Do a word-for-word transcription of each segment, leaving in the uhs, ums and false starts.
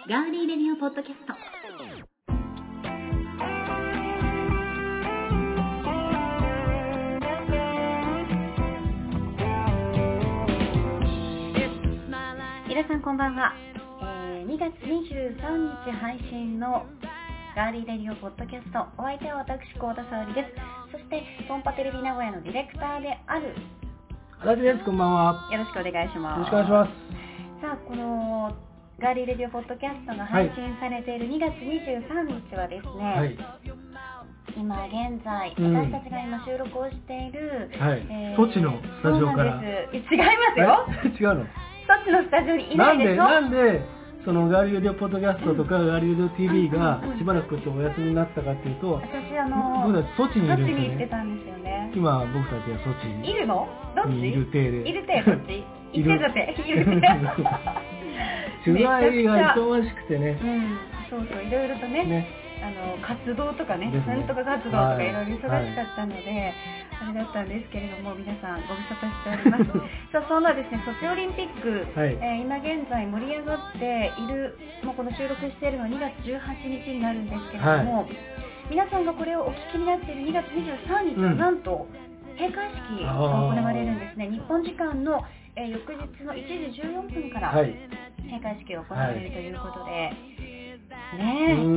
ガーリーレディオポッドキャスト。皆さんこんばんは、えー、にがつにじゅうさんにち配信のガーリーレディオポッドキャスト、お相手は私幸田沙織です。そしてトンパテレビ名古屋のディレクターである足立です。こんばんは。 よろしくお願いします。 よろしくお願いします。 さあ、このガーリーレディオポッドキャストが配信されているにがつにじゅうさんにちはですね、はい、今現在、うん、私たちが今収録をしている、 はいえー、ソチのスタジオから。 そうなんです。違いますよ。 違うの。 ソチのスタジオにいないでしょ。 なんで、なんでそのガーリーレディオポッドキャストとか、うん、ガーリーレディオ ティーブイ がしばらくお休みになったかっていうと、 私あの僕たちソチにいるんですよね。 ソチに行ってたんですよね。 今僕たちはソチにいるの？どっち？ いる体で。 いる体どっち？いる体いる取材が忙しくてね。 うん、そうそういろいろとね。ねあの活動とかね、ねなんとか活動とかいろいろ忙しかったので、はい、あれだったんですけれども、皆さんご無沙汰しております。さあ、そんなですね、ソチオリンピック、はいえー、今現在盛り上がっている、もうこの収録しているのはにがつじゅうはちにちになるんですけれども、はい、皆さんがこれをお聞きになっているにがつにじゅうさんにちは、うん、なんと閉会式が行われるんですね。日本時間の、えー、翌日のいちじじゅうよんぷんから閉会式が行われるということで、はいねえ、うん、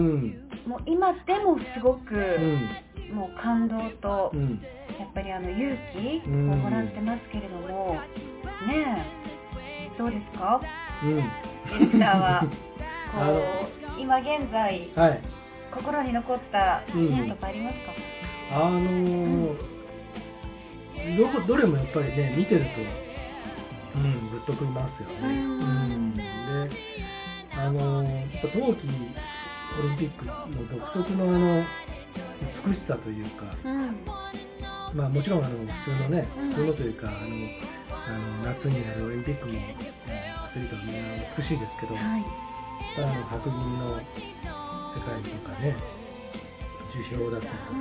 もう今でもすごく、うん、もう感動と、うん、やっぱりあの勇気をもらってますけれども、うん、ねえどうですか、うん、ディレクターはこう今現在、はい、心に残ったシーンとかありますか？ うん、あのーうん、ど, どれもやっぱりね見てると、うん、グッとくりますよね。うん、うん、であの冬季オリンピックの独特のあの美しさというか、うん、まあもちろんあの普通のね、うん、普通のというかあのあの夏にやるオリンピックもアスリートはみんな美しいですけど、はい、あの白銀の世界とかね、樹氷だったりとか、うん、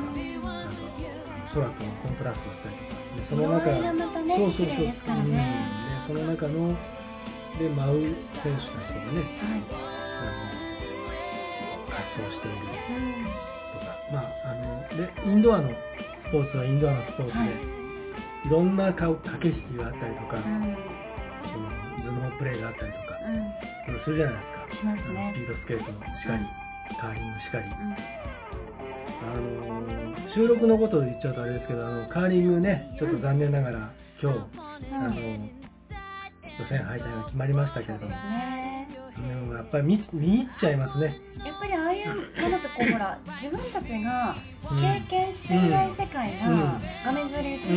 あの空とのコントラストだったりとか、でその中、 ね、そうそうそう、ね、うん、 でその中ので舞う選手たちとかね、はい、あの活動しているとか、うん、まああのでインドアのスポーツはインドアのスポーツで、はい、いろんな駆け引きがあったりとか、うん、その頭脳プレーがあったりとか、うん、するじゃないですか。 しますね。 スピードスケートのしかり、うん、カーリングしかり、うん、あの収録のことで言っちゃうとあれですけど、あのカーリングねちょっと残念ながら、うん、今日、うん、あの予選敗退が決まりましたけれども、ね、うん、やっぱり 見, 見入っちゃいますね。 やっぱりああいうものってこうほら自分たちが経験していない世界が画面上に映って、うん、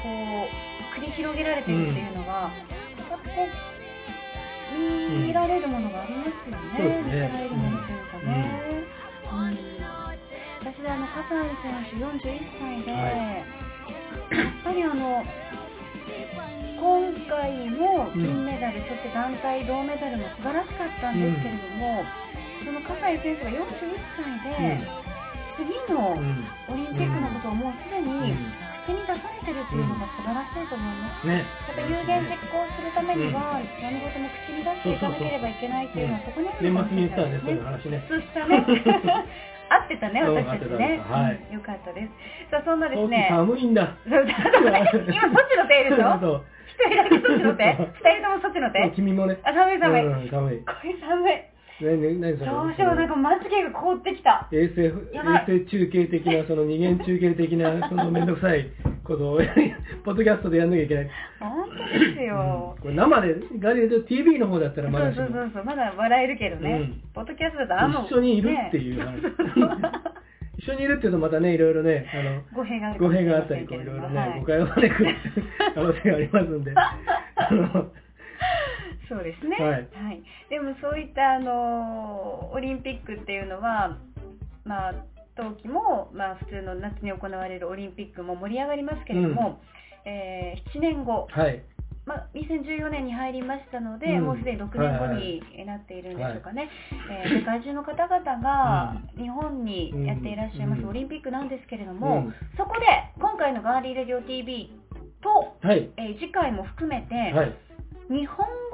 こう繰り広げられているっていうのは、うん、こう見られるものがありますよね。見せられるものというかね。うんうん、私はあの葛西選手よんじゅういっさいで、はい、やっぱりあの今回も金メダル、うん、そして団体銅メダルも素晴らしかったんですけれども、うん、その葛西選手がよんじゅういっさいで、うん、次のオリンピックのことをもうすでに口に出されてるっていうのが素晴らしいと思います。ね、やっぱ有言実行するためには、何事も口に出していかなければいけないっていうのはそこにあるかもしれないですね。 年末に言ったらね、そういう話ね。 そうしたね。合ってたね、私たちね。はい、よかったです。さあ、そんなですね。 寒いんだ。 今、そっちの手いるでしょ。一人だけそっちの手？二人ともそっちの手？ 君もね。 あ、寒い寒い。 うん、寒い。 これ寒い。 ねね何それ。 どうしよう、なんかまつげが凍ってきた。 衛星衛星中継的なその二元中継的なそのめんどくさいことをポッドキャストでやんなきゃいけない。 本当ですよ。 うん、これ生でガリレディオ ティーブイ の方だったらまだしも。 そうそうそうまだ笑えるけどね。うん、ポッドキャストだとあの一緒にいるっていう話。一緒にいるっていうとまたねいろいろねあの語弊がある語弊があったりこういろいろね、はい、誤解を招く可能性がありますんであのそうですね、はいはい、でもそういったあのオリンピックっていうのはまあ冬季も、まあ、普通の夏に行われるオリンピックも盛り上がりますけれども、うんえー、ななねんご、はいまあ、にせんじゅうよねんに入りましたので、うん、もうすでにろくねんごになっているんでしょうかね、はいはいえー、世界中の方々が日本にやっていらっしゃいますオリンピックなんですけれども、うん、そこで今回のガーリーレディオ ティーブイ と、はいえー、次回も含めて、はい、日本語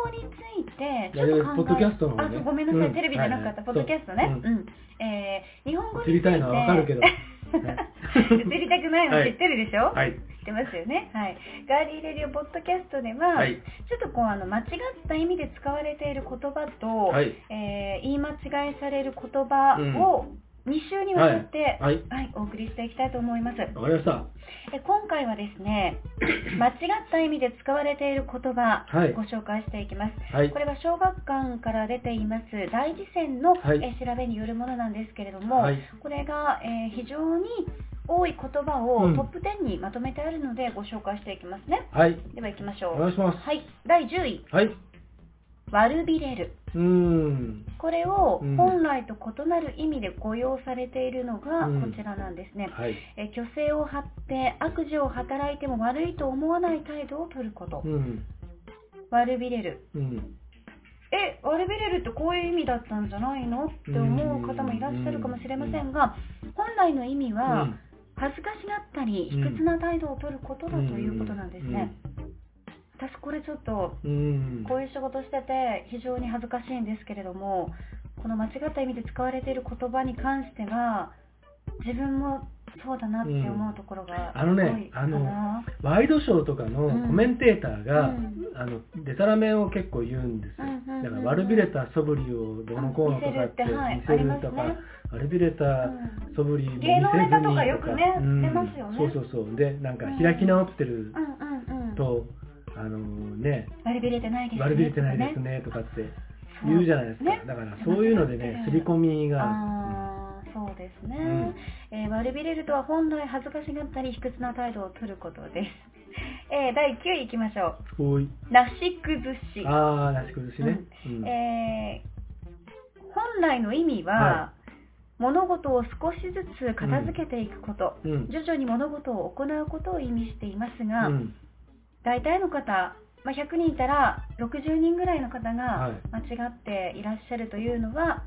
語についてちょっと考え、ポッドキャストの方ね、 あ、ごめんなさい、うん、テレビじゃなかった、はいはい、ポッドキャストね、うんうん、えー、日本語について知りたいのはわかるけど映りたくないの知ってるでしょ、 はい、 知ってますよね、はい、ガーリーレディオポッドキャストでは、はい、ちょっとこうあの間違った意味で使われている言葉と、はい、えー、言い間違いされる言葉を、うんに週にわたって、はいはい、お送りしていきたいと思います。わかりました。 え今回はですね、間違った意味で使われている言葉、はい、ご紹介していきます。はい、これは小学館から出ています大辞典の、はい、え調べによるものなんですけれども、はい、これが、えー、非常に多い言葉をトップテンにまとめてあるのでご紹介していきますね。はい、では行きましょう。 お願いします。 はい、だいじゅうい。 はい。 悪びれる。 うーんこれを本来と異なる意味で誤用されているのがこちらなんですね、うんはい、え虚勢を張って悪事を働いても悪いと思わない態度を取ること、うん、悪びれる、うん、え悪びれるってこういう意味だったんじゃないのって思う方もいらっしゃるかもしれませんが、本来の意味は恥ずかしがったり卑屈な態度を取ることだということなんですね。私これちょっとこういう仕事してて非常に恥ずかしいんですけれども、この間違った意味で使われている言葉に関しては自分もそうだなって思うところがあのね、あのワイドショーとかのコメンテーターが、うん、あのデタラメを結構言うんですよ。だから悪びれた素振りをどのこうのとかって見せるとか、はいね、悪びれた素振りも見せずにとか、 芸能ネタとかよくね、うん、出ますよね。 そうそうそう。でなんか開き直ってると、あのね、 悪びれてないですね。 悪びれてないですねとかって言うじゃないですか。ね、だからそういうのでね、刷り込みが。 あそうですね、うんえー、悪びれるとは本来恥ずかしがったり卑屈な態度を取ることです。えー、だいきゅういいきましょう。 おい。 なし崩し。 ああ、なし崩しね。 うんうんえー、本来の意味は、はい、物事を少しずつ片付けていくこと、うん、徐々に物事を行うことを意味していますが、うん大体の方、まあ、ひゃくにんいたらろくじゅうにんぐらいの方が間違っていらっしゃるというのは、はい、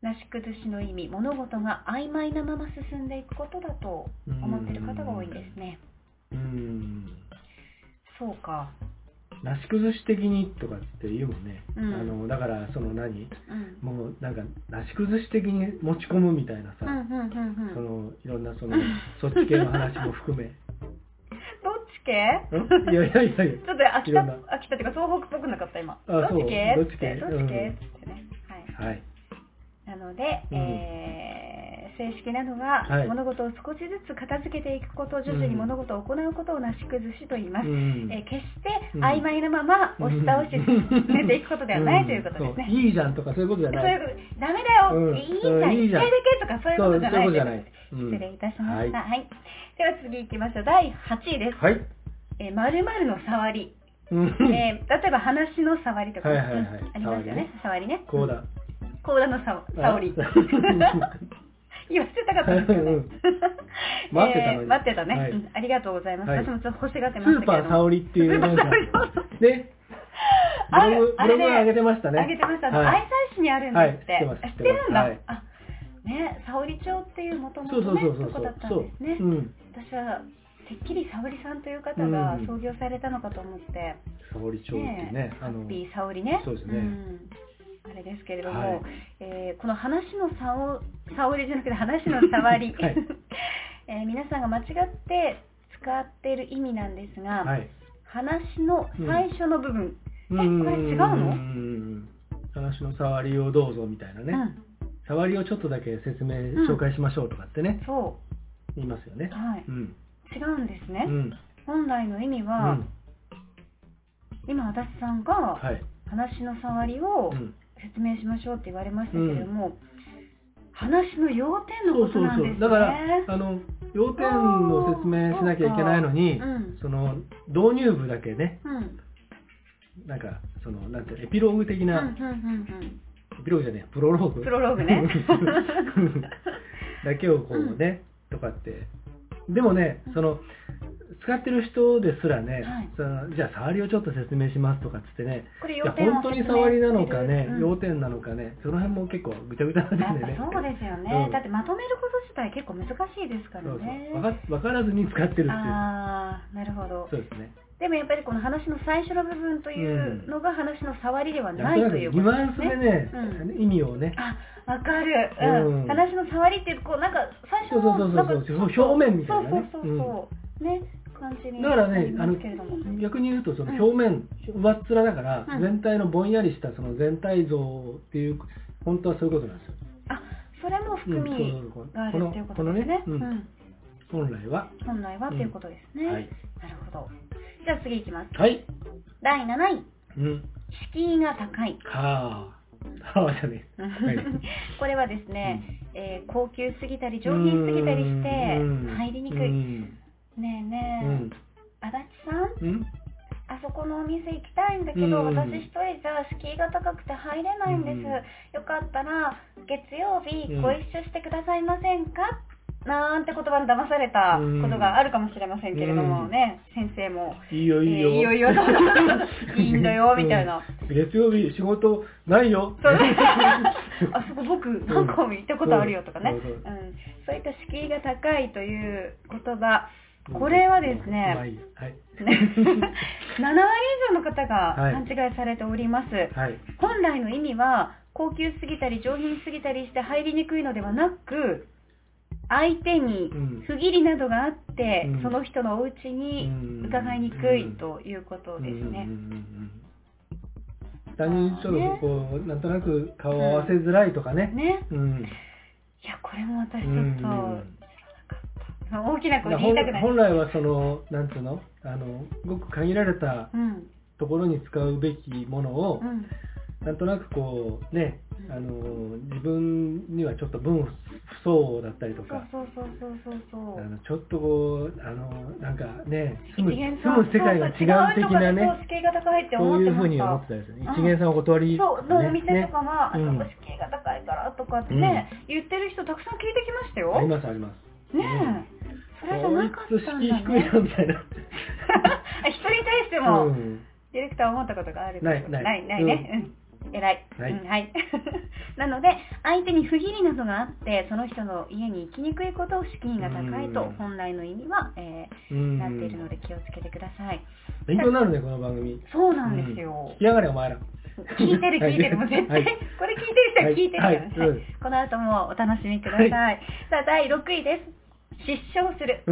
なし崩しの意味、物事が曖昧なまま進んでいくことだと思っている方が多いんですね。 うーんそうか。 なし崩し的にとかって言うもんね、うん、あのだからその何、うん、もうなんかなし崩し的に持ち込むみたいなさ、そのいろんなそのそっち系の話も含めどっち系？ いやいやいやいや。 ちょっと秋田、秋田っていうか東北っぽくなかった今。どっち系？ どっち系？ どっち系ってね。はい。 はい。 なので、うん、えー、正式なのが、はい、物事を少しずつ片付けていくこと、徐々に物事を行うことをなし崩しと言います。うん、えー、決して曖昧なまま押し倒し進めていくことではない、うん、ということですね。 いいじゃんとかそういうことじゃない。 そういうこと。ダメだよ。うん、いいじゃん。いいじゃん。いっかいだけとかそういうことじゃない。 そういうことじゃない。 失礼いたしました。はい。はい、では次行きましょう。だいはちいです。 はい。 えー、〇〇の触り。えー、例えば話の触りとか、 はいはいはい、 ありますよね。触りね。 こうだ。 コーダのさ触り。言わせたかったんですけどね。 待ってたのに。 待ってたね、はいうん。ありがとうございます。はい、私もちょっと欲しがってましたけど。 スーパー沙織っていうのが。ね。ブログ、ブログ上げてましたね。 上げてました。愛西市にあるんですって。 はい、知ってるんだ。はい、あ、ね、沙織町っていう元々ね、とこだったんですね。うん、私は、てっきり沙織さんという方が創業されたのかと思って。 沙織町ってね。 ハッピー沙織ね。 そうですね。 あれですけれども、はい、えー、この話のさお、さおりじゃなくて話の触り、はいえー、皆さんが間違って使っている意味なんですが、はい、話の最初の部分、うん、え、これ違うの？うん、 話の触りをどうぞみたいなね、うん、触りをちょっとだけ説明、うん、紹介しましょうとかってね、そう言いますよね、 はいうん、違うんですね、うん、本来の意味は、うん、今足立さんが話の触りを、うん説明しましょうって言われましたけれども、うん、話の要点のことなんですね。 そうそうそう。だからあの要点を説明しなきゃいけないのに、うん、その導入部だけね、うん、なんかそのなんてエピローグ的な、うんうんうんうん、エピローグじゃねえプロローグプロローグねだけをこうね、うん、とかってでもねその使ってる人ですらね、はい、そのじゃあ触りをちょっと説明しますとかっつってね、 これ要点本当に触りなのかね、うん、要点なのかね、その辺も結構ぐちゃぐちゃなんでね。 そうですよね、うん、だってまとめること自体結構難しいですからね。 そうそう分か、分からずに使ってるっていう。 ああ、なるほど。 そうですね。 でもやっぱりこの話の最初の部分というのが話の触りではないということですね。 ニュアンスでね、うん、意味をね。 あ、わかる、うんうん。話の触りっていうこうなんか最初のなんか表面みたいなね。 そうそうそうそう、うん、ね。感じにだからね、あの逆に言うとその表面、うん、上っ面だから、うん、全体のぼんやりしたその全体像っていう本当はそういうことなんですよ。 あ、それも含みがあるっていうことですね。 この、このね、うん、本来は本来はっていうことですね。うん、はい。なるほど。じゃあ次いきます。 はい。 だいなない。 うん。 敷居が高い。 はあ。はあじゃね。はい、 これはですね、うん、えー、高級すぎたり上品すぎたりして入りにくい。ねえねえ、うん、足立さん、うん、あそこのお店行きたいんだけど、うん、私一人じゃ敷居が高くて入れないんです、うん、よかったら月曜日ご一緒してくださいませんか、うん、なんて言葉に騙されたことがあるかもしれませんけれどもね、うん、先生もいいよいいよ、 えー、いいよいいよいいんだよみたいな、 うん、月曜日仕事ないよあそこ僕何回も行ったことあるよとかね、うん、そう、うん、そういった敷居が高いという言葉、これはですね、はい、ななわり以上の方が勘違いされております、はい、本来の意味は高級すぎたり上品すぎたりして入りにくいのではなく、相手に不義理などがあって、うん、その人のお家に伺いにくいということですね。 単純にちょっとこう、ね、なんとなく顔を合わせづらいとかね、 うん、ね、 うん、 いやこれも私ちょっと、うん大きな声で言いたくない。 本来はそのなんていうの、あのごく限られたところに使うべきものを、うん、なんとなくこうね、うん、あの自分にはちょっと分不相応だったりとか、 そうそうそうそうそうあのちょっとこうあのなんかね住む住む世界が違う的なね、そういうふうに思ってたんですよね。一元さんお断り、ね、 そうのお店とかは、ね、あそこ敷居が高いからとかってね、うん、言ってる人たくさん聞いてきましたよ。 ありますあります。 ねえ、それじゃなかったんだね。 敷居低いよみたいな。 人に対しても、うん、ディレクターは思ったことがある。 ないないないないね。うん、偉い。はい。うん、はい、なので相手に不義理などがあってその人の家に行きにくいことを敷居が高いと本来の意味は、えー、なっているので気をつけてください。 勉強になるねこの番組。 そうなんですよ。 聞きやがれお前ら。 聞いてる聞いてる、もう絶対、はい、これ聞いてる人は聞いてるからね、はいはい、この後もお楽しみください、はい、さあだいろくいです。失笑する、うん、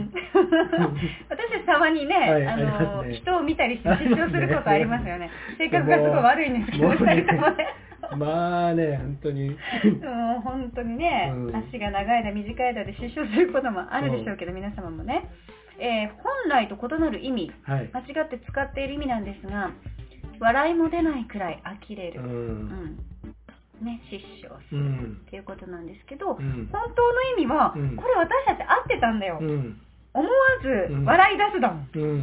私たまにね、はい、あの、ね、人を見たりして失笑することありますよね。性格がすごい悪いんですけど、ふたりともねまあね、本当にもう本当にね、うん、足が長い間短い間で失笑することもあるでしょうけど、皆様もね、えー、本来と異なる意味、はい、間違って使っている意味なんですが、笑いも出ないくらい呆れる、うんうんね、失笑する、うん、っていうことなんですけど、うん、本当の意味は、うん、これ私たち合ってたんだよ、うん、思わず笑い出すだもん、うんうん、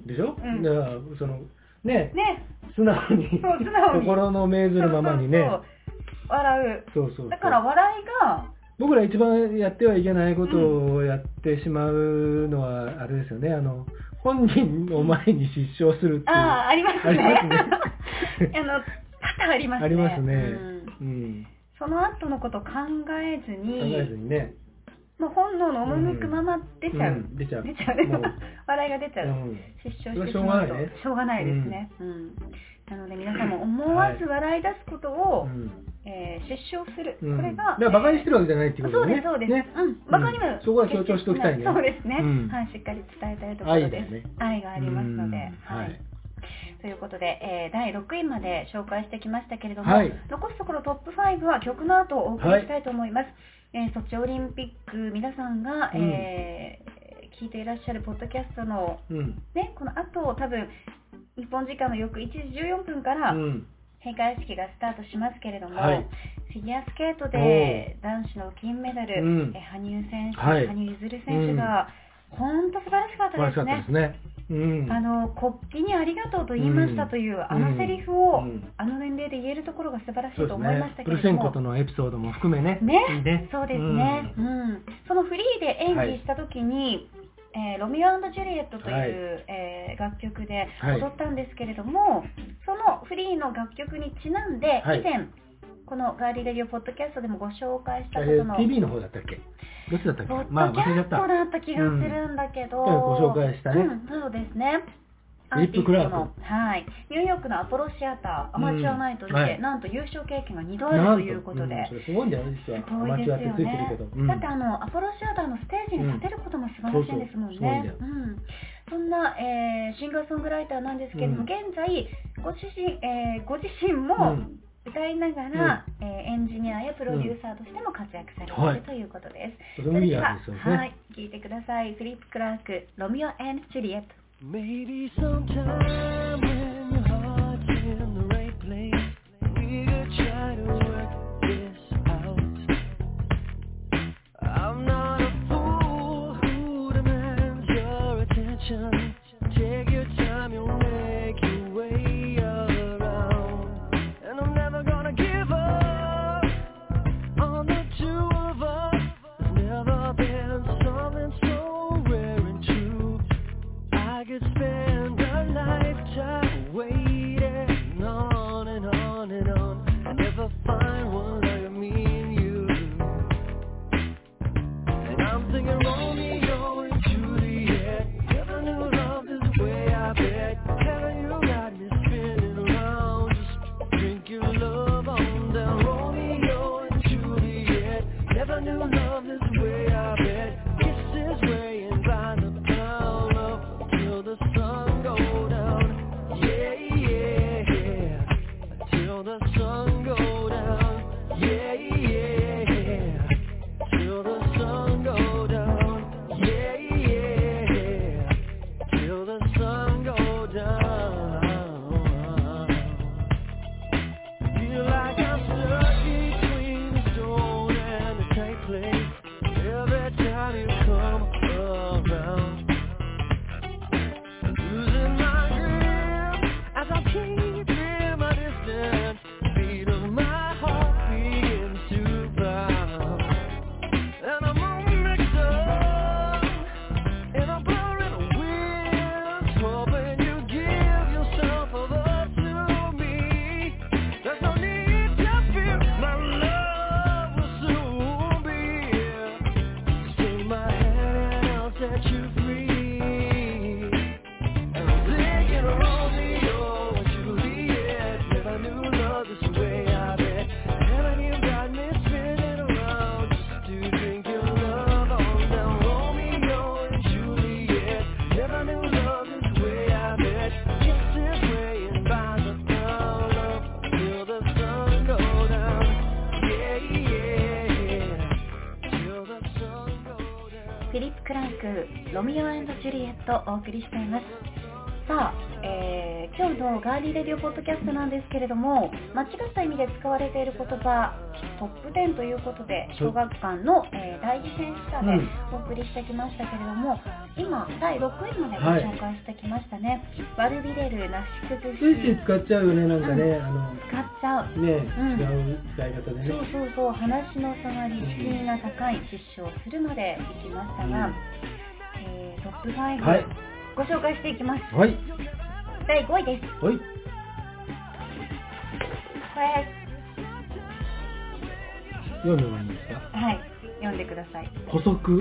でしょ、うん、だからそのね、ね素直にそう素直に心の命ずるままにね、そうそうそう笑う、 そうそうそう、 だから笑いが僕ら一番やってはいけないことをやってしまうのはあれですよね、あの本人の前に失笑するっていう、 ああ、ありますね。ありますね。あの、多々ありますね。 ありますね。うんうん、その後のことを考えずに、 考えずにね。 もう本能の赴くまま出ちゃう。うん、 出ちゃう。 出ちゃう。笑いが出ちゃう。うん、失笑してしまうと。しょうがないですね。うんうん、なので皆さんも思わず笑い出すことを、はい、えー、失笑する、うん、これが、 だからバカにしてるわけじゃないっていうことですね。 そうですそうです、ね、うん、バカには、うん、 そこは強調しておきたいね。 そうですね、うん、はい、しっかり伝えたいところです。愛、ね、愛がありますので、はい、はい、ということで、えー、だいろくいまで紹介してきましたけれども、はい、残すところトップファイブは曲の後をお送りしたいと思います。はい、えー、ソチオリンピック皆さんが、うん、えー、聞いていらっしゃるポッドキャストの、うん、ね、この後多分日本時間の翌いちじじゅうよんぷんから、うん、閉会式がスタートしますけれども、はい、フィギュアスケートで男子の金メダル、うん、え羽生選手、はい、羽生結弦選手が、うん、本当素晴らしかったですね。 素晴らしかったですね。うん、 あの国旗にありがとうと言いましたという、うん、あのセリフを、うん、あの年齢で言えるところが素晴らしいと思いましたけれども、 プルセンコとのエピソードも含めね、 ね、いいね、そうですね、うんうん、そのフリーで演技した時に、はい、えー、ロミオ&ジュリエットという、はい、えー、楽曲で踊ったんですけれども、はい、そのフリーの楽曲にちなんで、はい、以前このガーリーレディオポッドキャストでもご紹介したことの、 えー、ティービー の方だったっけ、どっちだったっけ、 ポッドキャストだった気がするんだけど、 うん、ご紹介したね、 うん、そうですね、 アーティストの、はい、ニューヨークのアポロシアターアマチュアナイトで、うんはい、なんと優勝経験がにどあるということで、 うん、それすごいんだよね、実は。アマチュアってついてるけど、うん、 だってあのアポロシアターのステージに立てることも素晴らしいんですもんね。そんな、えー、シンガーソングライターなんですけれども、うん、現在ご自身、えー、ご自身も、うん歌いながら、うんえー、エンジニアやプロデューサーとしても活躍されているということです。 うん、それでは、 ね、はい、聞いてください。フィリップ・クラーク、ロミオ&ジュリエット。 Maybe sometime when your heart's in the right place, we could try to work this out. I'm not a fool who demands your attention. Take your time, you'll make your way around. And I'm never gonna give up on the two of us. There's never been something so rare and true. I could spend a lifetime waiting on and on and on and never find one like me and you. And I'm thinking Romeo and Juliet. Never knew love this way, I bet. Haven't you got me spinning around? Just drink your love on down. Romeo and Juliet. Never knew love this way, I bet. Kisses weighing by the pound up till the sun go down. Yeah, yeah, till the sun go down. Yeah, yeah, till the sun go down. Yeah, yeah, till the sun go down. Feel like I'm stuck between the stone and the tight place. Every time you come around, losing my grip as I keep in my distance. Beat of my heart begins to pound, and I'm all mixed up in a blur in the wind, hoping you give yourself up to me. There's no need to fear, my love will soon be here. Take my hand and I'll set you free. And I'm thinking Romeo and Juliet. Never knew love this way, I bet. Haven't you got me spinning around just to drink your love on down? Romeo and Juliet. Never knew love this way, I bet. Kisses weighing by the pound up till the sun go down. Yeah, yeah, till the sun go down. フィリップ・クラーク、ロミオ&ジュリエットをお送りしています。さあ、えー、今日のガーリーレディオポッドキャストなんですけれども、間違った意味で使われている言葉トップじゅうということで、小学館の、えー、第一選手者でお送りしてきましたけれども、うん、今だいろくいまでご紹介してきましたね。はい、悪びれる、なし崩し、 ついつい使っちゃうよね、なんかね、うん、あの使っちゃうね、うん、違う使い方でね。 そうそうそう、話の下がり、敷居が高い、失笑するまでいきましたが、うんえー、トップご、はい、ご紹介していきます。 はい、 だいごいです。 はい、 これ読んでもいいですか？ はい、読んでください。 補足、うん、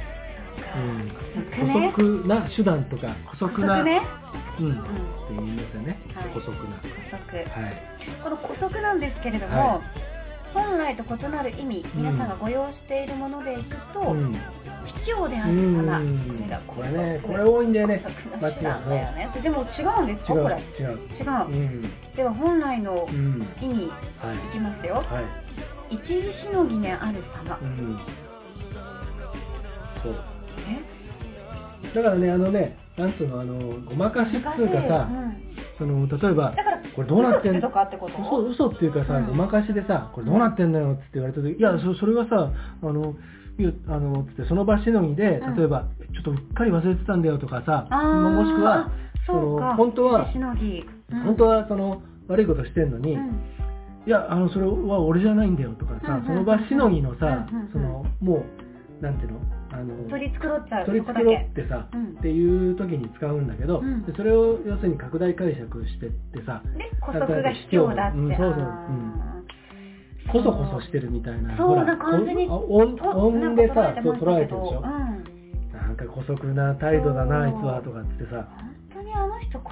補足な手段とか補足な、 ね、 うん、うん、って言いますよね。はい、補足な。 補足。 はい。 この補足なんですけれども、はい、本来と異なる意味、皆さんがご用意しているものでいくと、うん、必要である花、 これね、これ多いんだよね。 間違うんだよね。でも違うんですか、これ？ 違う。 違う。うん、では本来の意味、うん、いきますよ。はい。一時しのぎにある様。うん、 そう。え？だからね、あのね、なんつうの、あのごまかしっていうかさ、うん、その例えばこれどうなってんの？嘘嘘っていうかさ、うん、ごまかしでさ、これどうなってんだよって言われた時、いや そ, それはさ、あのあのつってその場しのぎで、例えば、うん、ちょっとうっかり忘れてたんだよとかさ、もしくはその本当は、うん、本当はその悪いことしてんのに、うん、いやあのそれは俺じゃないんだよとかさ、うん、その場しのぎのさ、うん、そのもうなんていうの、あの取り繕っちゃう、 取り繕ってさ、うん、っていう時に使うんだけど、うん、でそれを要するに拡大解釈してってさ、 で補足が必要だって、うん、そうそう、うん、 こそこそしてるみたいな、 そうな感じに音でさ、そう捉えてるでしょ、うん、なんか姑息な態度だな、あいつはとかってさ、 本当にあの人姑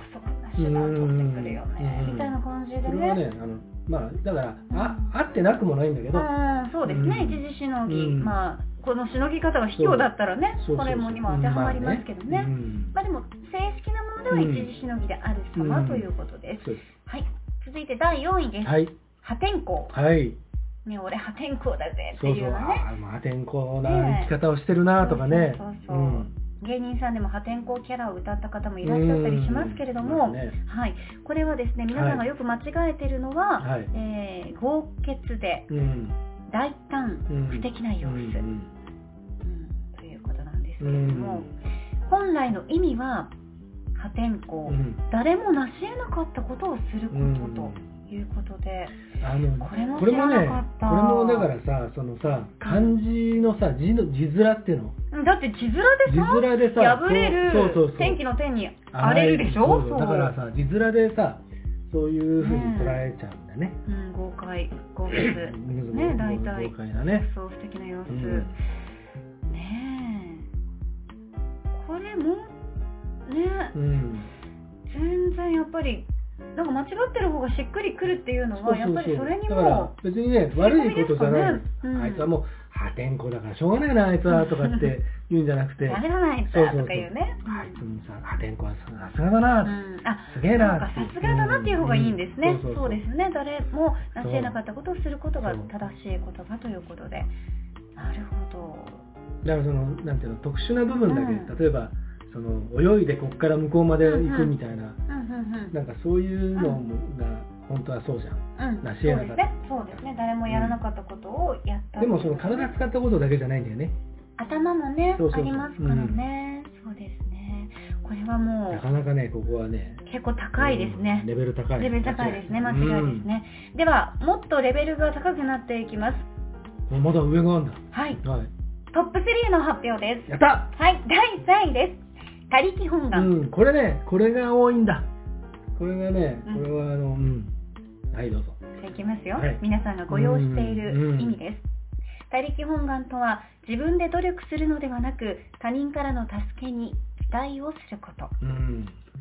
手段取ってくるよねみたいな感じでね。 それはね、あのまあだからああってなくもないんだけど、 うんそうですね、一時しのぎ、まあこのしのぎ方が卑怯だったらね、これもにも当てはまりますけどね。まあでも正式なものでは一時しのぎである様ということです。はい。続いてだいよんいです。はい。破天荒。はい。ね、俺破天荒だぜっていうのね。 そうそう、破天荒な生き方をしてるなとかね。 そうそうそう、うん、芸人さんでも破天荒キャラを歌った方もいらっしゃったりしますけれども、ね、はい、これはですね、皆さんがよく間違えているのは、はい、えー、豪傑で、うん、大胆、うん、不敵な様子、うんうんうん、ということなんですけれども、うん、本来の意味は破天荒、うん、誰も成し得なかったことをすることと、うんいうことで、あのこれも知らなかった。 これもね、これもだからさ、そのさ、漢字のさ、字の字面っていうの。 だって字面でさ、字面でさ破れる、そうそうそう、天気の天に荒れるでしょ。 そうそう、だからさ、字面でさ、そういう風に捉えちゃうんだね。 うん、豪快、豪傑、ね、大体豪快なね、 そう素敵な様子、うん、ねえ、これもね、うん、全然やっぱり。なんか間違ってる方がしっくりくるっていうのは、やっぱりそれにもだから別にね、悪いことじゃない、うん、あいつはもう破天荒だからしょうがないなあいつはとかって言うんじゃなくて、 ダメだなあいつはとか言うね、 あいつもさ破天荒はさすがだな、うん、あすげえな、 さすがだなっていう方がいいんですね。そうですね、誰も成し得なかったことをすることが正しい言葉ということで、なるほど。 だからそのなんていうの、特殊な部分だけ、うん、例えばその泳いでここから向こうまで行くみたいな、なんかそういうのが本当はそうじゃん、うん、成し得なかった、 そうですね、誰もやらなかったことをやった、 うん、でもその体使ったことだけじゃないんだよね、 頭もね、そうそうそう、ありますからね、うん、そうですね、これはもうなかなかね、ここはね結構高いですね、 うん、レベル高いレベル高いですね、間違いですね、うん、ではもっとレベルが高くなっていきます。 まだ上があるんだ。 はい、はい、トップスリーの発表です。 やった。 はい、だいさんいです。他力本願、 うん、これね、これが多いんだ。これがね、これはあの、うん、はい、どうぞ。 じゃあいきますよ、はい、皆さんがご用意している意味です。他力本願とは、自分で努力するのではなく、他人からの助けに期待をすること。うん、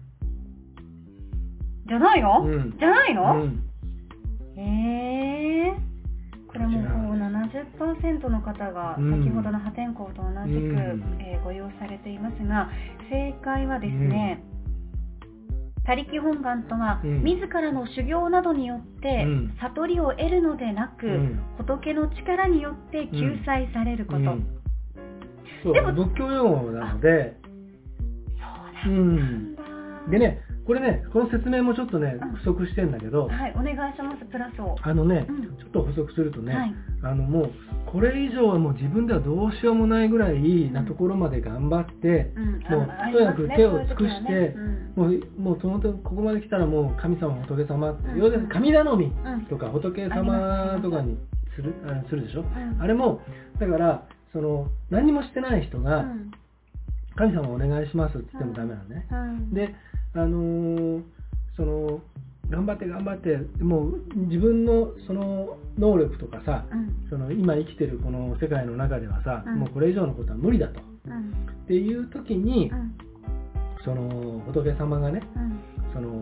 じゃないの、うん、じゃないの、うん、えーこれもほぼ ななじゅっパーセント の方が先ほどの破天荒と同じく、うんえー、ご用意されていますが、正解はですね、うん、他力本願とは、うん、自らの修行などによって悟りを得るのでなく、うん、仏の力によって救済されること、うんうん、 そうでも仏教用語なので、 そうなんだ、 うん、でね、これね、この説明もちょっとね、不足してんだけど、 はい、お願いします、プラスを。 あのね、うん、ちょっと補足するとね、はい、あのもう、これ以上はもう自分ではどうしようもないぐらいなところまで頑張って、うん、もう、とにかく手を尽くして、ねうん、もう、もうそのここまで来たらもう神様、仏様って、うん、要するに神頼みとか仏様とかにする、うん、あするでしょ、うん、あれも、だから、その、何もしてない人が、神様お願いしますって言ってもダメなのね。うん、であのー、その頑張って頑張ってもう自分のその能力とかさ、うん、その今生きてるこの世界の中ではさ、うん、もうこれ以上のことは無理だと、うん、っていう時に、うん、その仏様がね、うん、その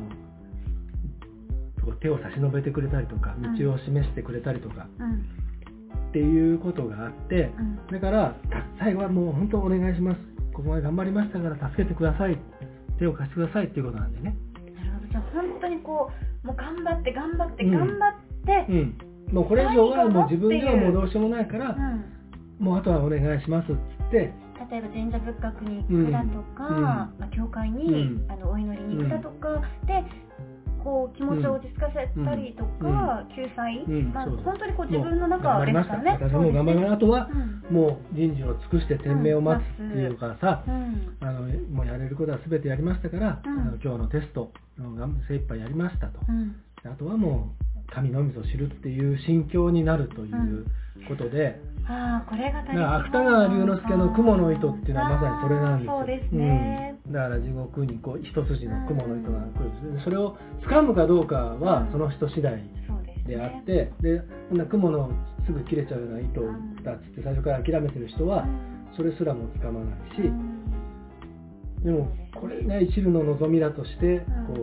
手を差し伸べてくれたりとか道を示してくれたりとか、うん、っていうことがあって、うん、だから最後はもう本当お願いします、ここまで頑張りましたから助けてください、手を貸してくださいっていうことなんでね。 なるほど、じゃあ本当にこうもう頑張って頑張って頑張って、 うんうん、もうこれ以上はもう自分ではもうどうしようもないから、うん、もうあとはお願いしますっつって、 例えば神社仏閣に行くだとか、うんまあ、教会に、うん、あのお祈りに行くだとか、うん、でこう気持ちを落ち着かせたりとか、うん、救済、うんまあ、本当にこう自分の中ですからね。 私も頑張りました。あとは、うん、もう人事を尽くして天命を待つっていうかさ、うん、あのもうやれることは全てやりましたから、うん、あの今日のテスト精一杯やりましたと、うん、あとはもう神のみぞ知るっていう心境になるということで、 うん、あこれが大事。芥川龍之介の雲の糸っていうのはまさにそれなんですよ。 そうですね、 うん、だから地獄にこう一筋の雲の糸が来る、それを掴むかどうかはその人次第であって、うん、で、ね、雲のすぐ切れちゃうような糸だっつって最初から諦めてる人はそれすらも掴まないし、でもこれが一縷の望みだとしてこうね、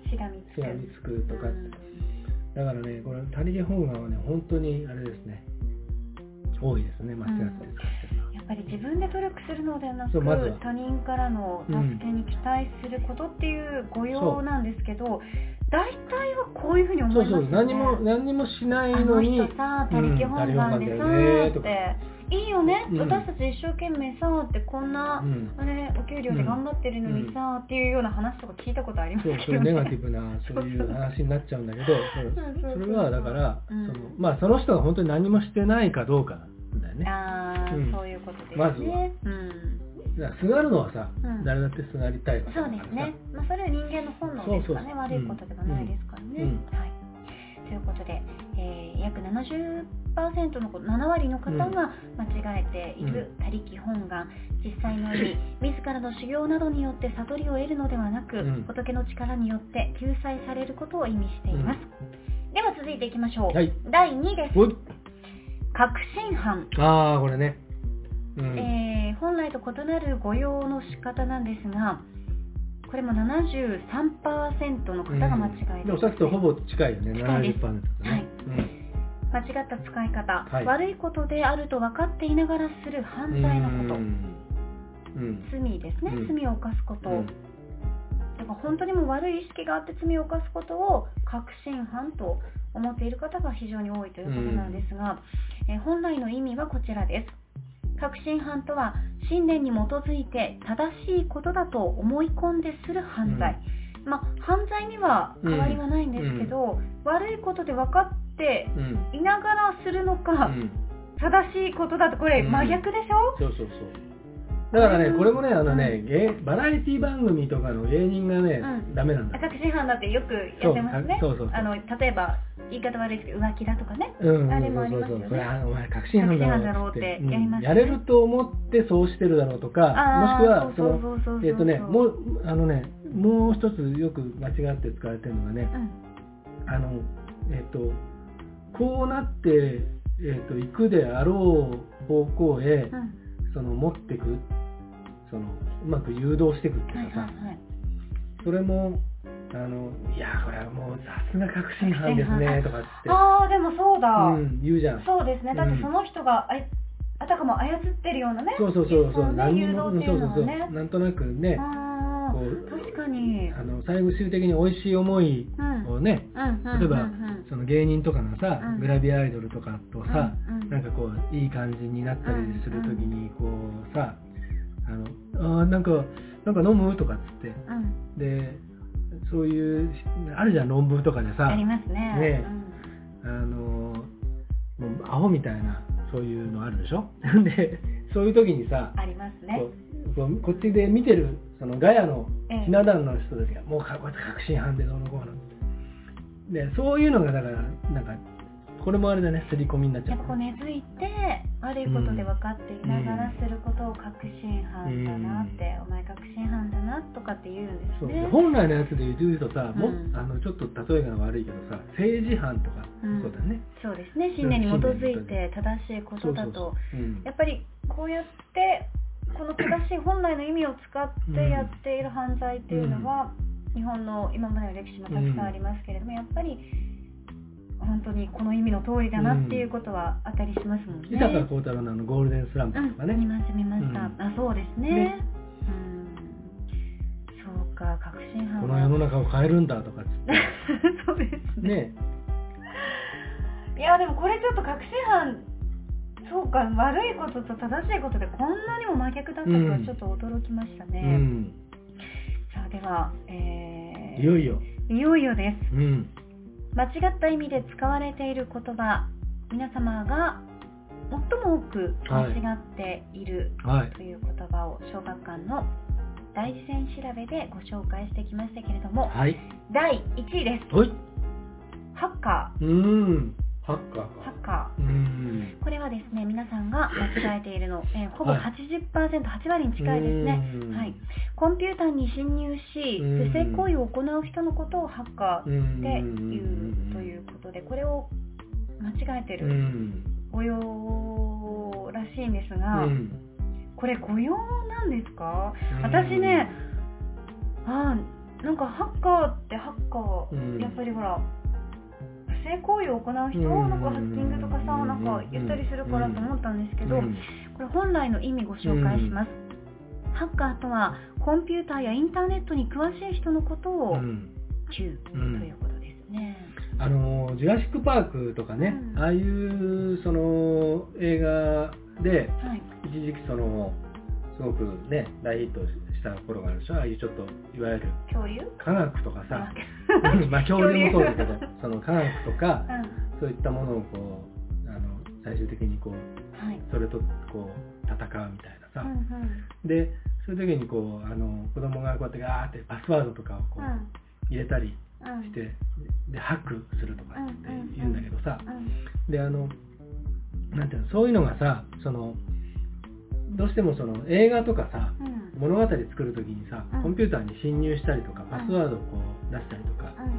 しがみつくしがみつくとか、 うん、 だからねこれ他力本願はね本当にあれですね多いですね間違って使ってるのは、 うん、やっぱり自分で努力するのではなく、 まず他人からの助けに期待することっていう御用なんですけど、大体はこういうふうに思いますよね。 そうそう何も何もしないのにあの人さ他力本願でさ、うん、っていいよね、うん、私たち一生懸命さってこんな、うん、あれお給料で頑張ってるのにさ、うん、っていうような話とか聞いたことありますけどね。 そうそうネガティブなそういう話になっちゃうんだけどそれはだから、うん、そのまあその人が本当に何もしてないかどうかなんだよね。 ああ、うん、そういうことですね。 まずは、うん、だからすがるのはさ、うん、誰だってすがりたいわけだからさ。そうですね。まあそれは人間の本能ですかね。悪いことではないですからね。うんうん、はい。ということで、えー、約 ななじゅっパーセント のなな割の方が間違えている他力本願、実際の意味、自らの修行などによって悟りを得るのではなく、うん、仏の力によって救済されることを意味しています。うん、では続いていきましょう。はい、だいにです。確信犯。 ああこれね、 うんえー、本来と異なる誤用の仕方なんですが、これも ななじゅうさんパーセント の方が間違えています、ね、 うん、でもさっきとほぼ近いよね。 近いです。 ななじゅっパーセント とね、はいうん、間違った使い方、はい、悪いことであると分かっていながらする犯罪のこと、うんうん、罪ですね、うん、罪を犯すこと、うん、だから本当にも悪い意識があって罪を犯すことを確信犯と思っている方が非常に多いということなんですが、うんえー、本来の意味はこちらです。確信犯とは信念に基づいて正しいことだと思い込んでする犯罪、うんまあ、犯罪には変わりはないんですけど、うん、悪いことで分かっていながらするのか、うん、正しいことだとこれ真逆でしょ、 うん、そうそうそうだからねこれもねあのね、うん、バラエティ番組とかの芸人がね、うん、ダメなんだ。 確信犯だってよくやってますね。 そうそうそうあの例えば言い方悪いですけど浮気だとかね、うん、あれもありますよね。 そうそうそうお前確信犯だろうってやります、ねうん、やれると思ってそうしてるだろうとか、もしくはそのえっとねもうあのねもう一つよく間違って使われてるのがね、うん、あのえっとこうなってえっと行くであろう方向へ、うん、その持ってくそのうまく誘導していくっていうかさ、はいはいはい、それもあのいやこれはもうさすが確信犯ですねとかってああでもそうだ、 うん、言うじゃん。 そうですねだってその人が、うん、あ, あたかも操ってるようなねそうそうそうそう、 ね、誘導っていうのはね、 そうそうそうなんとなくねこう確かにあの最終的に美味しい思いをね、うんうん、例えば、うんうん、その芸人とかのさ、うん、グラビアアイドルとかとさ、うんうん、なんかこういい感じになったりするときにこうさあのあなんかなんか飲むとかっつって、うん、でそういうあるじゃん論文とかでさありますね、 ねうん、あのもうアホみたいなそういうのあるでしょでそういう時にさありますねこうこっちで見てるそのガヤのひな壇の人たちが、ええ、もうこうやって確信犯でどうのこうのでそういうのがだからなんかこれもあれだね刷り込みになっちゃう。 やっぱ根付いて悪いことで分かっていながらすることを確信犯だなって、うん、お前確信犯だなとかって言うんですね。 そう本来のやつで言うとさ、うん、もあのちょっと例えが悪いけどさ政治犯とか、うん、そうだね。 そうですね信念に基づいて正しいことだとやっぱりこうやってこの正しい本来の意味を使ってやっている犯罪っていうのは、うん、日本の今までの歴史もたくさんありますけれども、やっぱり本当にこの意味の通りだなっていうことはあったりしますもんね。 伊坂幸太郎のゴールデンスランプとかね、 うん、見ました見ました、うん、あそうですね、ね、うん、そうか確信犯この世の中を変えるんだとかつってそうですねねいやでもこれちょっと確信犯そうか悪いことと正しいことでこんなにも真逆だったとはちょっと驚きましたね、うん、さあでは、えー、 いよいよいよいよです、 うん間違った意味で使われている言葉、皆様が最も多く間違っている、はい、という言葉を小学館の大辞典調べでご紹介してきましたけれども、 はい、 だいいちいです。 はい、 ハッカー。 うーんハッカーハッカー。 うーんこれはですね皆さんが間違えているの、えー、ほぼ はちじゅっパーセント、はち割に近いですね、はい、コンピューターに侵入し不正行為を行う人のことをハッカーって言うということで、これを間違えてる御用らしいんですが、これ御用なんですか？私ねあなんかハッカーってハッカー、うん、やっぱりほら不正行為を行う人をなんかハッキングとかさなんか言ったりするからと思ったんですけど、うん、これ本来の意味ご紹介します、うん、ハッカーとはコンピューターやインターネットに詳しい人のことを言う、うん、ということですね。 あのジュラシックパークとかね、うん、ああいうその映画で、はい、一時期そのすごくね大ヒットした頃があるでしょ。ああいうちょっといわゆる恐竜科学とかさまあ恐竜もそうだけどその科学とか、うん、そういったものをこうあの最終的にこう、はい、それとこう戦うみたいなさ、うんうん、でそういう時にこうあの子供がこうやってガーってパスワードとかをこう、うん、入れたりして、うん、でハックするとかって言うんだけどさ、うんうん、であのなんていうのそういうのがさそのどうしてもその映画とかさ、うん、物語作るときにさ、うん、コンピューターに侵入したりとか、パスワードをこう出したりとか、うん、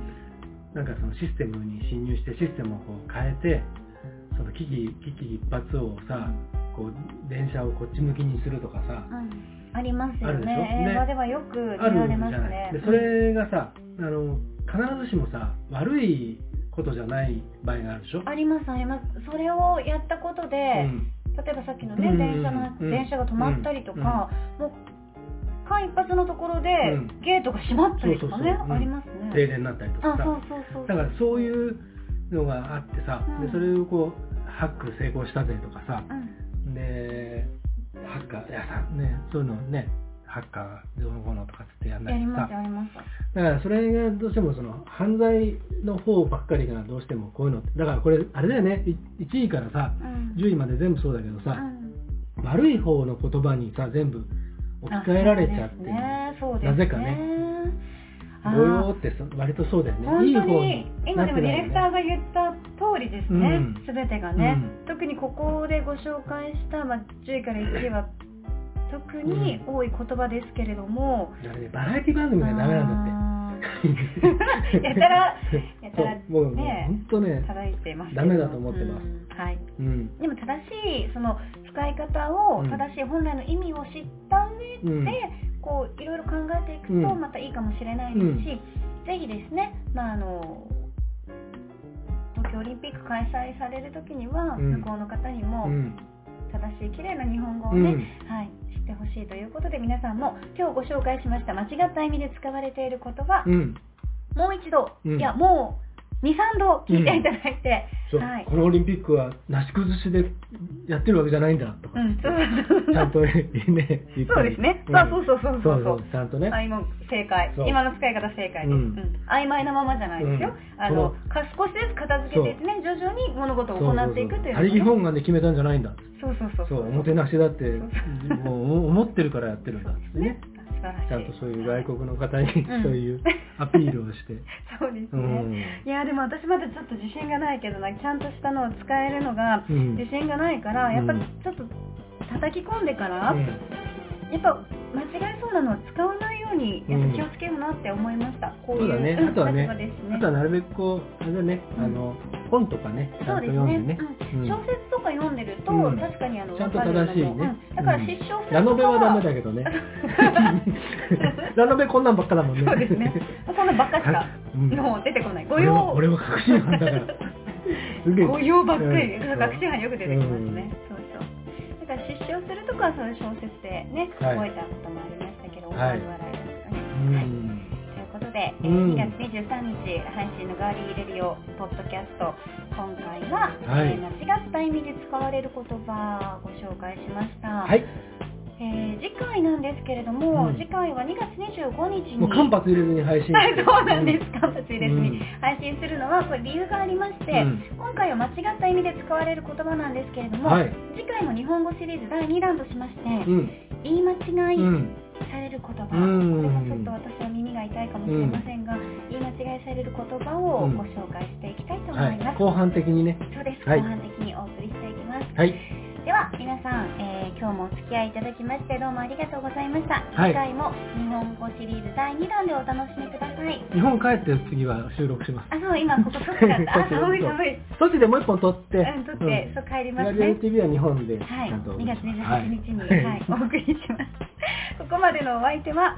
なんかそのシステムに侵入してシステムをこう変えてその危機危機一髪をさ、こう電車をこっち向きにするとかさ、うん、 ありますよね。映画ではよく見られますね。 でそれがさあの必ずしもさ悪いことじゃない場合があるでしょ。 ありますあります。それをやったことで、うん例えばさっきのね、うん、電車の、うん、電車が止まったりとか、うん、もう間一髪のところで、うん、ゲートが閉まったりとかね、ありますね。 停電になったりとかさ、 そうそうそうそう。 だからそういうのがあってさ、うん、でそれをこうハック成功したぜとかさ、うん、でハッカーいやさねそういうのねハッカーどうのこうのとかってやんないとさ、 やりますやります。 だからそれがどうしてもその犯罪の方ばっかりがどうしてもこういうのってだからこれあれだよねいちいからさ、うん、じゅういまで全部そうだけどさ、うん、悪い方の言葉にさ全部置き換えられちゃって、ねね、なぜかねご用って割とそうだよね。 本当にいい方に今でもディレクターが言った通りですね、うん、全てがね、うん、特にここでご紹介した、まあ、じゅういからいちいは特に多い言葉ですけれども、 うん、だからね、バラエティ番組がダメなんだってやたらやたらねもう本当ね叩いてますダメだと思ってます、 うんはいうん、でも正しいその使い方を、うん、正しい本来の意味を知った上で、うん、こういろいろ考えていくとまたいいかもしれないですし、うん、ぜひですね、まあ、あの東京オリンピック開催される時には、うん、向こうの方にも、うん正しい綺麗な日本語をね、うんはい、知ってほしいということで皆さんも今日ご紹介しました間違った意味で使われている言葉、うん、もう一度、うん、いやもう にさんど聞いていただいて、 うんはい、このオリンピックはなし崩しでやってるわけじゃないんだとか、うん、ちゃんとね言ったりそうですね、うん、そうそうそうそうそうちゃんとねあ今正解今の使い方正解です、うんうん、曖昧なままじゃないですよ、うん、あの少しずつ片付けていってね徐々に物事を行っていくという他力本願で決めたんじゃないんだそうそうそうそうおもてなしだってもう思ってるからやってるんだってねちゃんとそういう外国の方に、はい、そういうアピールをして、 うん、そうですね、うん、いやでも私まだちょっと自信がないけどなちゃんとしたのを使えるのが自信がないから、うん、やっぱりちょっと叩き込んでから、うん、やっぱ間違いそうなのは使わないようにやっぱ気をつけるなって思いました、うん、こういうそうだねあとはね、ねあとはなるべくこうあれだね、うん、あの本とかねちゃんと読んでね、 うん、小説とか読んでると、うん、確かにあのちゃんと正しいね、 うん、だから失笑するとかラノベはダメだけどねラノベこんなんばっかだもんねそうですねそんなばっかしかもう出てこない御用俺は確信犯だから御用ばっかり、うん、確信犯よく出てきますね、うん、そうそうだから失笑するとかそういう小説でね、はい、覚えたこともありましたけど、はい、笑いですかね、うんはいということで、うん、にがつにじゅうさんにち配信のガーリーレディオポッドキャスト今回は、はいえー、間違った意味で使われる言葉をご紹介しました、はいえー、次回なんですけれども、うん、次回はにがつにじゅうごにちにもう間髪入れずに配信そうなんです、うん、間髪入れずに配信するのはこれ理由がありまして、うん、今回は間違った意味で使われる言葉なんですけれども、はい、次回も日本語シリーズだいにだんとしまして、うん、言い間違い、うんされる言葉、うんこれもちょっと私は耳が痛いかもしれませんが、うん、言い間違いされる言葉をご紹介していきたいと思います、はい、 後半的にねそうです、 はい、 後半的にお送りしていきます、 はい、 では皆さん、えー、今日もお付き合いいただきましてどうもありがとうございました、はい、次回も日本語シリーズだいにだんでお楽しみください。 日本帰って次は収録します。 あ、そう今ここソチだったあ、寒い寒いソチでもう一本撮ってうん、撮って、うん、そう帰りますね。 ラジオ ティービー は日本ではい、にがつにじゅうはちにちに、はいはい、お送りしますここまでのお相手は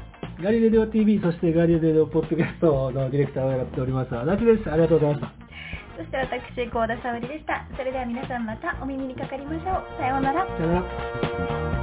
ガリレディオ ティーブイ、そしてガリレディオポッドキャストのディレクターをやっております足立です。ありがとうございました。 そして私、幸田沙織でした。それでは皆さんまたお耳にかかりましょう。さようなら。 さようなら。